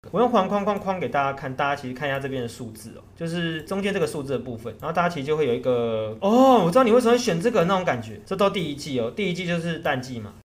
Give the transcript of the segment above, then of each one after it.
我用环框给大家看，大家其实看一下这边的数字哦，就是中间这个数字的部分，然后大家其实就会有一个哦，我知道你为什么会选这个那种感觉，这都第一季哦，第一季就是淡季嘛。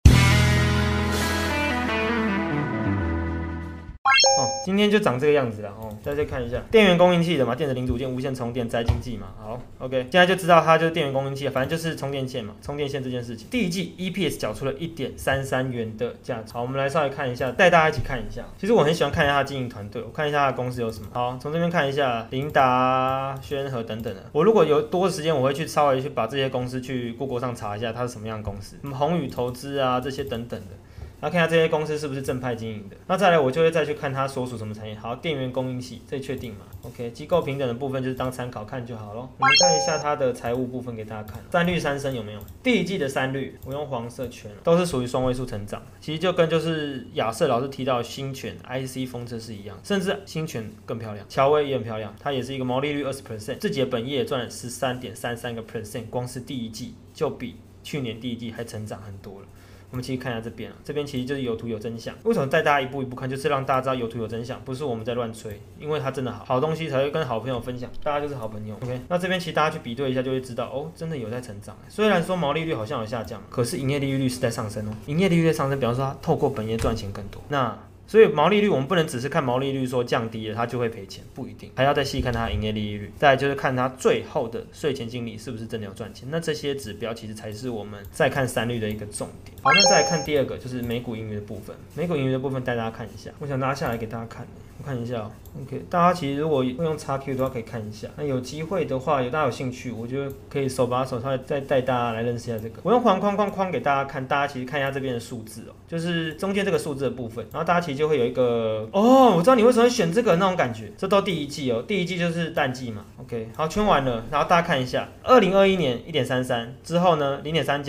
哦，今天就长这个样子了哦。大家再看一下，电源供应器的嘛，电子零组件无线充电宅经济嘛。好 ，OK， 现在就知道它就是电源供应器，反正就是充电线嘛，充电线这件事情。第一季 EPS 缴出了1.33元的价值。好，我们来稍微看一下，带大家一起看一下。其实我很喜欢看一下它经营团队，我看一下它的公司有什么。好，从这边看一下琳达、宣和等等的。我如果有多的时间，我会去稍微去把这些公司去 Google 上查一下，它是什么样的公司，什么宏宇投资啊这些等等的。然后看一下这些公司是不是正派经营的，那再来我就会再去看它所属什么产业。好，电源供应器，这确定嘛 ？OK， 机构平等的部分就是当参考看就好咯。我们看一下它的财务部分给大家看，三率三升有没有？第一季的三率，我用黄色圈，都是属于双位数成长，其实就跟就是亚瑟老师提到新权 IC 封测是一样，甚至新权更漂亮，乔威也很漂亮，它也是一个毛利率20%，自己的本业也赚了13.33%，光是第一季就比去年第一季还成长很多了。我们其实看一下这边啊，这边其实就是有图有真相。为什么带大家一步一步看，就是让大家知道有图有真相，不是我们在乱吹，因为它真的好，好东西才会跟好朋友分享，大家就是好朋友。OK， 那这边其实大家去比对一下，就会知道哦，真的有在成长。虽然说毛利率好像有下降，可是营业利率是在上升哦。营业利率在上升，比方说它透过本业赚钱更多。那所以毛利率我们不能只是看毛利率说降低了它就会赔钱，不一定，还要再细看它的营业利率，再来就是看它最后的税前净利是不是真的有赚钱。那这些指标其实才是我们再看三率的一个重点。好，那再来看第二个就是每股盈余的部分，每股盈余的部分带大家看一下，我想拿下来给大家看。我看一下哦 ，OK， 大家其实如果会用 XQ 的话可以看一下。那有机会的话，大家有兴趣，我觉得可以手把手稍微再带大家来认识一下这个。我用环框给大家看，大家其实看一下这边的数字哦，就是中间这个数字的部分，然后大家其实就会有一个哦，我知道你为什么会选这个那种感觉，这都第一季哦，第一季就是淡季嘛。OK， 好，圈完了，然后大家看一下，2021年1.33之后呢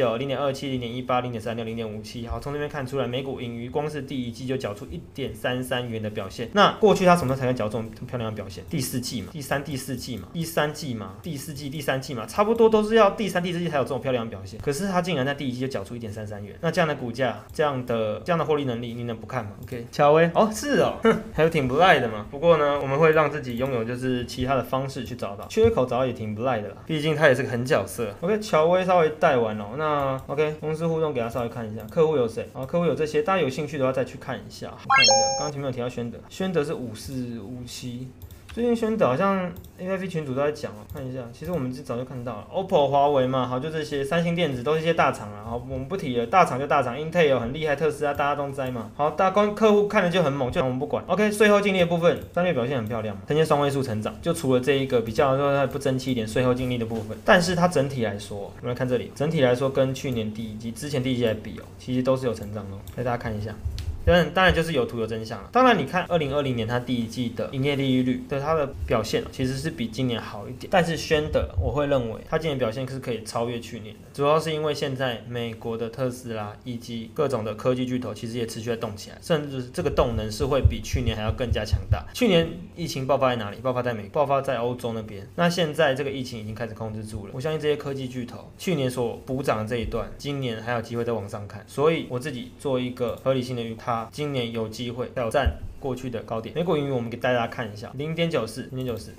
，0.39、0.27、0.18、0.36、0.57，好，从这边看出来每股盈余光是第一季就缴出1.33元的表现。那过去它什么时候才能缴这种漂亮的表现？第四季嘛，第四季嘛，第三季嘛，第四季、第三季嘛，差不多都是要第三、第四季才有这种漂亮的表现。可是它竟然在第一季就缴出1.33元，那这样的股价，这样的获利能力，你能不看吗 ？OK， 乔威，哦，是哦，还有挺不赖的嘛。不过呢，我们会让自己拥有就是其他的方式去找到缺口，找到也挺不赖的啦。毕竟它也是个狠角色。OK， 乔威稍微带完了，那 OK， 公司互动给他稍微看一下，客户有谁？啊，客户有这些，大家有兴趣的话再去看一下。看一下，刚刚前面有提到宣德，宣德是5457。最近宣德好像 AIP 群组都在讲哦，看一下，其实我们早就看到了 ，OPPO、华为嘛，好就这些，三星电子都是一些大厂啊，好我们不提了，大厂就大厂 ，Intel 很厉害，特斯拉大家都在嘛，好，客户看了就很猛，就我们不管。OK， 税后净利的部分，三月表现很漂亮嘛，呈现双位数成长，就除了这一个比较说不争气一点税后净利的部分，但是它整体来说，我们来看这里，整体来说跟去年第一季、之前第一季来比哦，其实都是有成长的，给大家看一下。当然就是有图有真相了。当然，你看2020年它第一季的营业利率对它的表现其实是比今年好一点，但是宣德我会认为它今年表现是可以超越去年的，主要是因为现在美国的特斯拉以及各种的科技巨头其实也持续在动起来，甚至这个动能是会比去年还要更加强大。去年疫情爆发在哪里？爆发在美国，爆发在欧洲那边。那现在这个疫情已经开始控制住了，我相信这些科技巨头去年所补涨的这一段，今年还有机会再往上看。所以我自己做一个合理性的预估，今年有机会挑战过去的高点。每股盈余我们给大家看一下，0.94，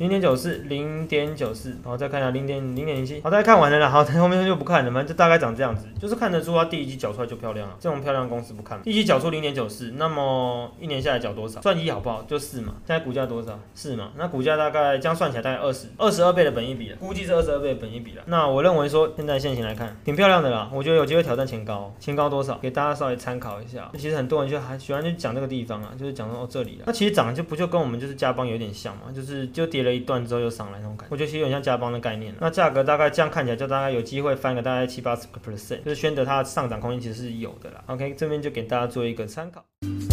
然后再看一下0.07，好，大家看完了啦，好，后面就不看了，反正就大概长这样子，就是看得出它第一季缴出来就漂亮了，这种漂亮的公司不看，第一季缴出0.94，那么一年下来缴多少？算一好不好？就4嘛，现在股价多少？4嘛，那股价大概这样算起来大概22倍的本益比了，估计是22倍的本益比了。那我认为说现在现行来看，挺漂亮的啦，我觉得有机会挑战前高，前高多少？给大家稍微参考一下。其实很多人就还喜欢去讲这个地方啊，就是讲说这里啦，那其实涨就跟我们就是加邦有点像嘛，就跌了一段之后又上来那种感觉，我觉得其实有点像加邦的概念。那价格大概这样看起来就大概有机会翻个大概70-80%，就是宣德它的上涨空间其实是有的啦。OK， 这边就给大家做一个参考。